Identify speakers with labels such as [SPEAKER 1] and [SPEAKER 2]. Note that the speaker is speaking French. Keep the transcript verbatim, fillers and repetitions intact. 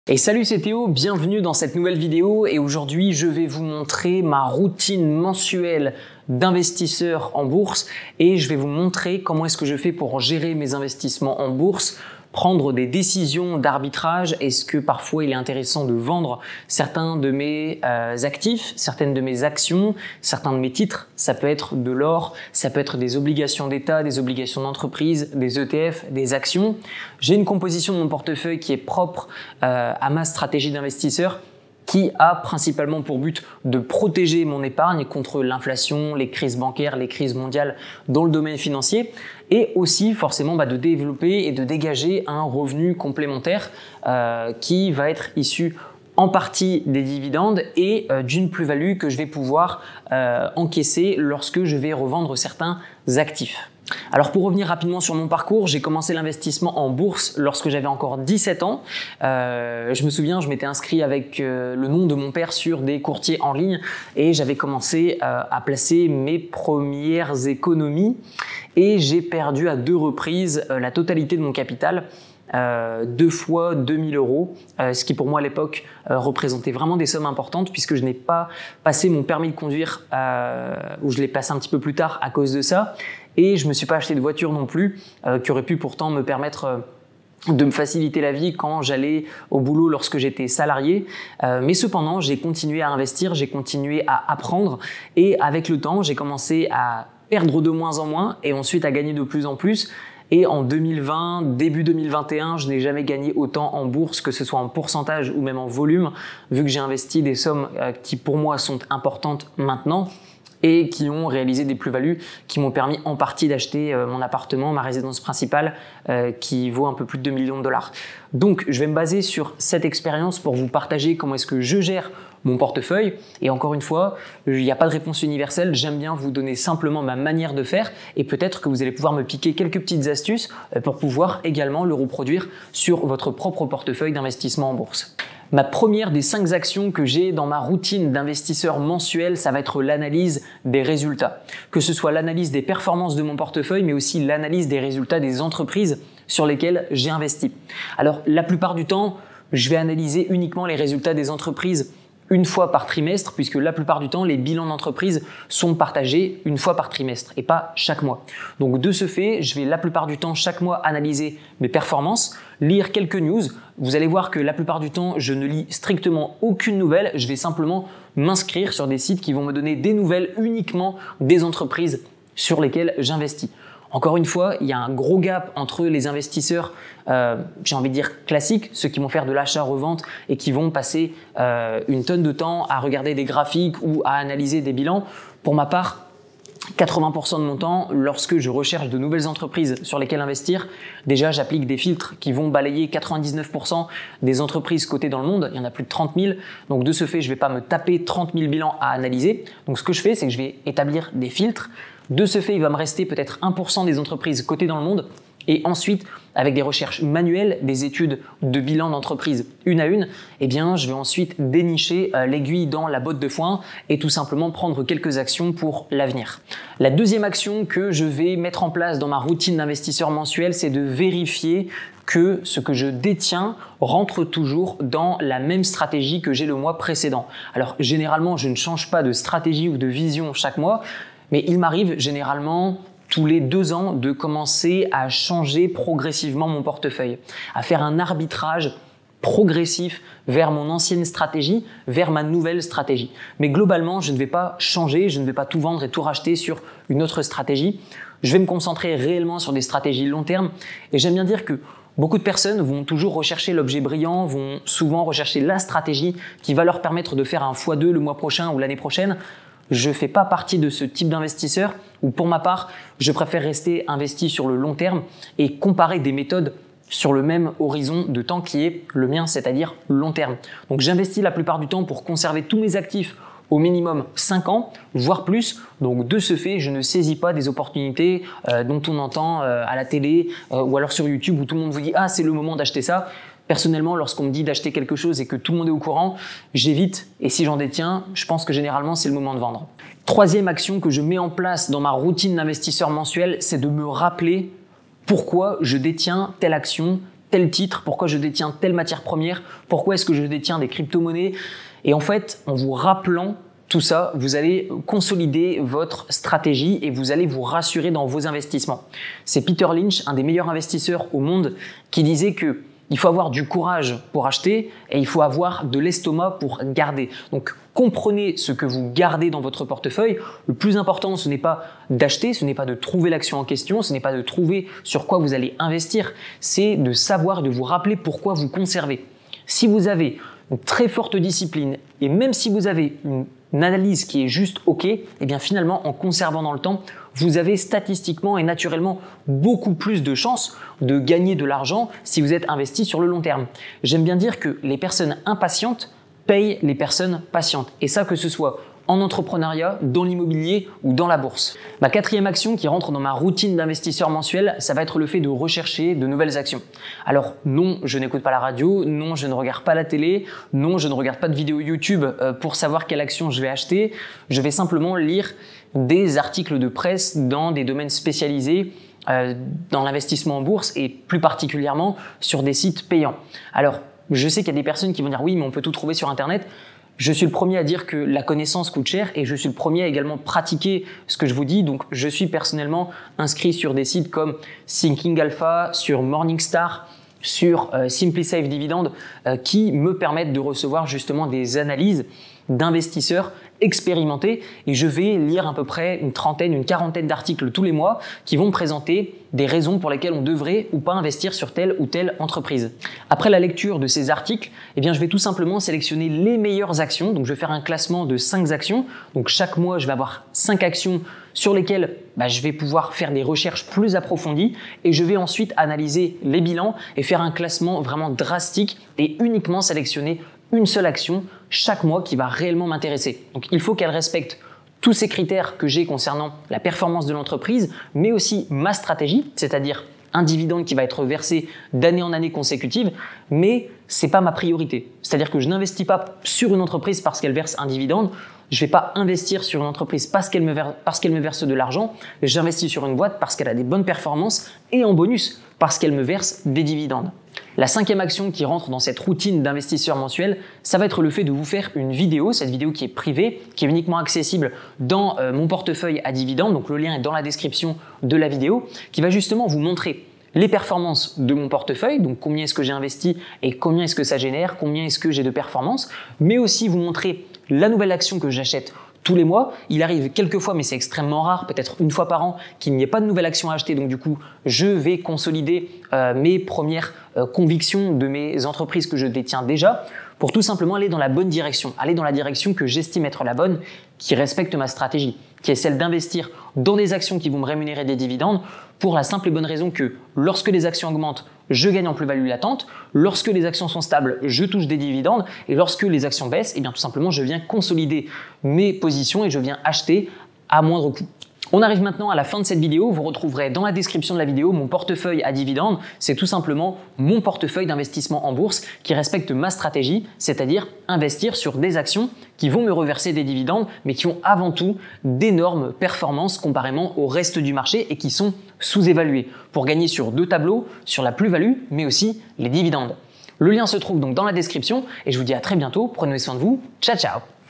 [SPEAKER 1] Et salut, c'est Théo, bienvenue dans cette nouvelle vidéo et aujourd'hui je vais vous montrer ma routine mensuelle d'investisseur en bourse et je vais vous montrer comment est-ce que je fais pour gérer mes investissements en bourse, prendre des décisions d'arbitrage. Est-ce que parfois il est intéressant de vendre certains de mes euh, actifs, certaines de mes actions, certains de mes titres. Ça peut être de l'or, ça peut être des obligations d'État, des obligations d'entreprise, des E T F, des actions. J'ai une composition de mon portefeuille qui est propre euh, à ma stratégie d'investisseur, qui a principalement pour but de protéger mon épargne contre l'inflation, les crises bancaires, les crises mondiales dans le domaine financier et aussi forcément bah, de développer et de dégager un revenu complémentaire euh, qui va être issu en partie des dividendes et euh, d'une plus-value que je vais pouvoir euh, encaisser lorsque je vais revendre certains actifs. Alors pour revenir rapidement sur mon parcours, j'ai commencé l'investissement en bourse lorsque j'avais encore dix-sept ans. Euh, je me souviens, je m'étais inscrit avec euh, le nom de mon père sur des courtiers en ligne et j'avais commencé euh, à placer mes premières économies et j'ai perdu à deux reprises euh, la totalité de mon capital. Euh, deux fois deux mille euros, euh, ce qui pour moi à l'époque euh, représentait vraiment des sommes importantes puisque je n'ai pas passé mon permis de conduire euh, ou je l'ai passé un petit peu plus tard à cause de ça et je me suis pas acheté de voiture non plus euh, qui aurait pu pourtant me permettre euh, de me faciliter la vie quand j'allais au boulot lorsque j'étais salarié. Euh, mais cependant, j'ai continué à investir, j'ai continué à apprendre et avec le temps, j'ai commencé à perdre de moins en moins et ensuite à gagner de plus en plus. Et en deux mille vingt, début deux mille vingt et un, je n'ai jamais gagné autant en bourse, que ce soit en pourcentage ou même en volume, vu que j'ai investi des sommes qui pour moi sont importantes maintenant et qui ont réalisé des plus-values qui m'ont permis en partie d'acheter mon appartement, ma résidence principale, euh, qui vaut un peu plus de deux millions de dollars. Donc, je vais me baser sur cette expérience pour vous partager comment est-ce que je gère mon portefeuille. Et encore une fois, il n'y a pas de réponse universelle. J'aime bien vous donner simplement ma manière de faire et peut-être que vous allez pouvoir me piquer quelques petites astuces pour pouvoir également le reproduire sur votre propre portefeuille d'investissement en bourse. Ma première des cinq actions que j'ai dans ma routine d'investisseur mensuel, ça va être l'analyse des résultats. Que ce soit l'analyse des performances de mon portefeuille, mais aussi l'analyse des résultats des entreprises sur lesquelles j'ai investi. Alors, la plupart du temps, je vais analyser uniquement les résultats des entreprises une fois par trimestre, puisque la plupart du temps, les bilans d'entreprise sont partagés une fois par trimestre et pas chaque mois. Donc de ce fait, je vais la plupart du temps, chaque mois, analyser mes performances, lire quelques news. Vous allez voir que la plupart du temps, je ne lis strictement aucune nouvelle. Je vais simplement m'inscrire sur des sites qui vont me donner des nouvelles uniquement des entreprises sur lesquelles j'investis. Encore une fois, il y a un gros gap entre les investisseurs, euh, j'ai envie de dire classiques, ceux qui vont faire de l'achat-revente et qui vont passer euh, une tonne de temps à regarder des graphiques ou à analyser des bilans. Pour ma part, quatre-vingts pour cent de mon temps, lorsque je recherche de nouvelles entreprises sur lesquelles investir, déjà j'applique des filtres qui vont balayer quatre-vingt-dix-neuf pour cent des entreprises cotées dans le monde. Il y en a plus de trente mille. Donc de ce fait, je ne vais pas me taper trente mille bilans à analyser. Donc ce que je fais, c'est que je vais établir des filtres. De ce fait, il va me rester peut-être un pour cent des entreprises cotées dans le monde. Et ensuite, avec des recherches manuelles, des études de bilan d'entreprise une à une, eh bien, je vais ensuite dénicher euh, l'aiguille dans la botte de foin et tout simplement prendre quelques actions pour l'avenir. La deuxième action que je vais mettre en place dans ma routine d'investisseur mensuel, c'est de vérifier que ce que je détiens rentre toujours dans la même stratégie que j'ai le mois précédent. Alors, généralement, je ne change pas de stratégie ou de vision chaque mois, mais il m'arrive généralement tous les deux ans de commencer à changer progressivement mon portefeuille, à faire un arbitrage progressif vers mon ancienne stratégie, vers ma nouvelle stratégie. Mais globalement, je ne vais pas changer, je ne vais pas tout vendre et tout racheter sur une autre stratégie. Je vais me concentrer réellement sur des stratégies long terme. Et j'aime bien dire que beaucoup de personnes vont toujours rechercher l'objet brillant, vont souvent rechercher la stratégie qui va leur permettre de faire un fois deux le mois prochain ou l'année prochaine. Je ne fais pas partie de ce type d'investisseur où pour ma part, je préfère rester investi sur le long terme et comparer des méthodes sur le même horizon de temps qui est le mien, c'est-à-dire long terme. Donc j'investis la plupart du temps pour conserver tous mes actifs au minimum cinq ans, voire plus. Donc de ce fait, je ne saisis pas des opportunités euh, dont on entend euh, à la télé euh, ou alors sur YouTube où tout le monde vous dit « Ah, c'est le moment d'acheter ça ». Personnellement, lorsqu'on me dit d'acheter quelque chose et que tout le monde est au courant, j'évite et si j'en détiens, je pense que généralement c'est le moment de vendre. Troisième action que je mets en place dans ma routine d'investisseur mensuel, c'est de me rappeler pourquoi je détiens telle action, tel titre, pourquoi je détiens telle matière première, pourquoi est-ce que je détiens des crypto-monnaies. Et en fait, en vous rappelant tout ça, vous allez consolider votre stratégie et vous allez vous rassurer dans vos investissements. C'est Peter Lynch, un des meilleurs investisseurs au monde, qui disait que il faut avoir du courage pour acheter et il faut avoir de l'estomac pour garder. Donc, comprenez ce que vous gardez dans votre portefeuille. Le plus important, ce n'est pas d'acheter, ce n'est pas de trouver l'action en question, ce n'est pas de trouver sur quoi vous allez investir, c'est de savoir, de vous rappeler pourquoi vous conservez. Si vous avez une très forte discipline et même si vous avez une une analyse qui est juste OK, et bien finalement, en conservant dans le temps, vous avez statistiquement et naturellement beaucoup plus de chances de gagner de l'argent si vous êtes investi sur le long terme. J'aime bien dire que les personnes impatientes payent les personnes patientes. Et ça, que ce soit en entrepreneuriat, dans l'immobilier ou dans la bourse. Ma quatrième action qui rentre dans ma routine d'investisseur mensuel, ça va être le fait de rechercher de nouvelles actions. Alors non, je n'écoute pas la radio, non, je ne regarde pas la télé, non, je ne regarde pas de vidéos YouTube pour savoir quelle action je vais acheter. Je vais simplement lire des articles de presse dans des domaines spécialisés euh, dans l'investissement en bourse et plus particulièrement sur des sites payants. Alors, je sais qu'il y a des personnes qui vont dire oui, mais on peut tout trouver sur Internet. Je suis le premier à dire que la connaissance coûte cher et je suis le premier à également pratiquer ce que je vous dis. Donc, je suis personnellement inscrit sur des sites comme Thinking Alpha, sur Morningstar, sur euh, SimpliSafe Dividend euh, qui me permettent de recevoir justement des analyses d'investisseurs expérimentés et je vais lire à peu près une trentaine, une quarantaine d'articles tous les mois qui vont me présenter des raisons pour lesquelles on devrait ou pas investir sur telle ou telle entreprise. Après la lecture de ces articles, eh bien, je vais tout simplement sélectionner les meilleures actions. Donc, je vais faire un classement de cinq actions. Donc, chaque mois, je vais avoir cinq actions sur lesquelles bah, je vais pouvoir faire des recherches plus approfondies et je vais ensuite analyser les bilans et faire un classement vraiment drastique et uniquement sélectionner une seule action chaque mois qui va réellement m'intéresser. Donc, il faut qu'elle respecte tous ces critères que j'ai concernant la performance de l'entreprise, mais aussi ma stratégie, c'est-à-dire un dividende qui va être versé d'année en année consécutive, mais c'est pas ma priorité. C'est-à-dire que je n'investis pas sur une entreprise parce qu'elle verse un dividende, je vais pas investir sur une entreprise parce qu'elle me verse, parce qu'elle me verse de l'argent, j'investis sur une boîte parce qu'elle a des bonnes performances et en bonus parce qu'elle me verse des dividendes. La cinquième action qui rentre dans cette routine d'investisseur mensuel, ça va être le fait de vous faire une vidéo, cette vidéo qui est privée, qui est uniquement accessible dans euh, mon portefeuille à dividendes, donc le lien est dans la description de la vidéo, qui va justement vous montrer les performances de mon portefeuille, donc combien est-ce que j'ai investi et combien est-ce que ça génère, combien est-ce que j'ai de performances, mais aussi vous montrer la nouvelle action que j'achète tous les mois. Il arrive quelques fois, mais c'est extrêmement rare, peut-être une fois par an, qu'il n'y ait pas de nouvelle action à acheter. Donc du coup, je vais consolider euh, mes premières euh, convictions de mes entreprises que je détiens déjà pour tout simplement aller dans la bonne direction, aller dans la direction que j'estime être la bonne, qui respecte ma stratégie, qui est celle d'investir dans des actions qui vont me rémunérer des dividendes pour la simple et bonne raison que lorsque les actions augmentent, je gagne en plus-value latente, lorsque les actions sont stables, je touche des dividendes et lorsque les actions baissent, eh bien tout simplement je viens consolider mes positions et je viens acheter à moindre coût. On arrive maintenant à la fin de cette vidéo. Vous retrouverez dans la description de la vidéo mon portefeuille à dividendes. C'est tout simplement mon portefeuille d'investissement en bourse qui respecte ma stratégie, c'est-à-dire investir sur des actions qui vont me reverser des dividendes, mais qui ont avant tout d'énormes performances comparément au reste du marché et qui sont sous-évaluées pour gagner sur deux tableaux, sur la plus-value, mais aussi les dividendes. Le lien se trouve donc dans la description et je vous dis à très bientôt. Prenez soin de vous. Ciao, ciao!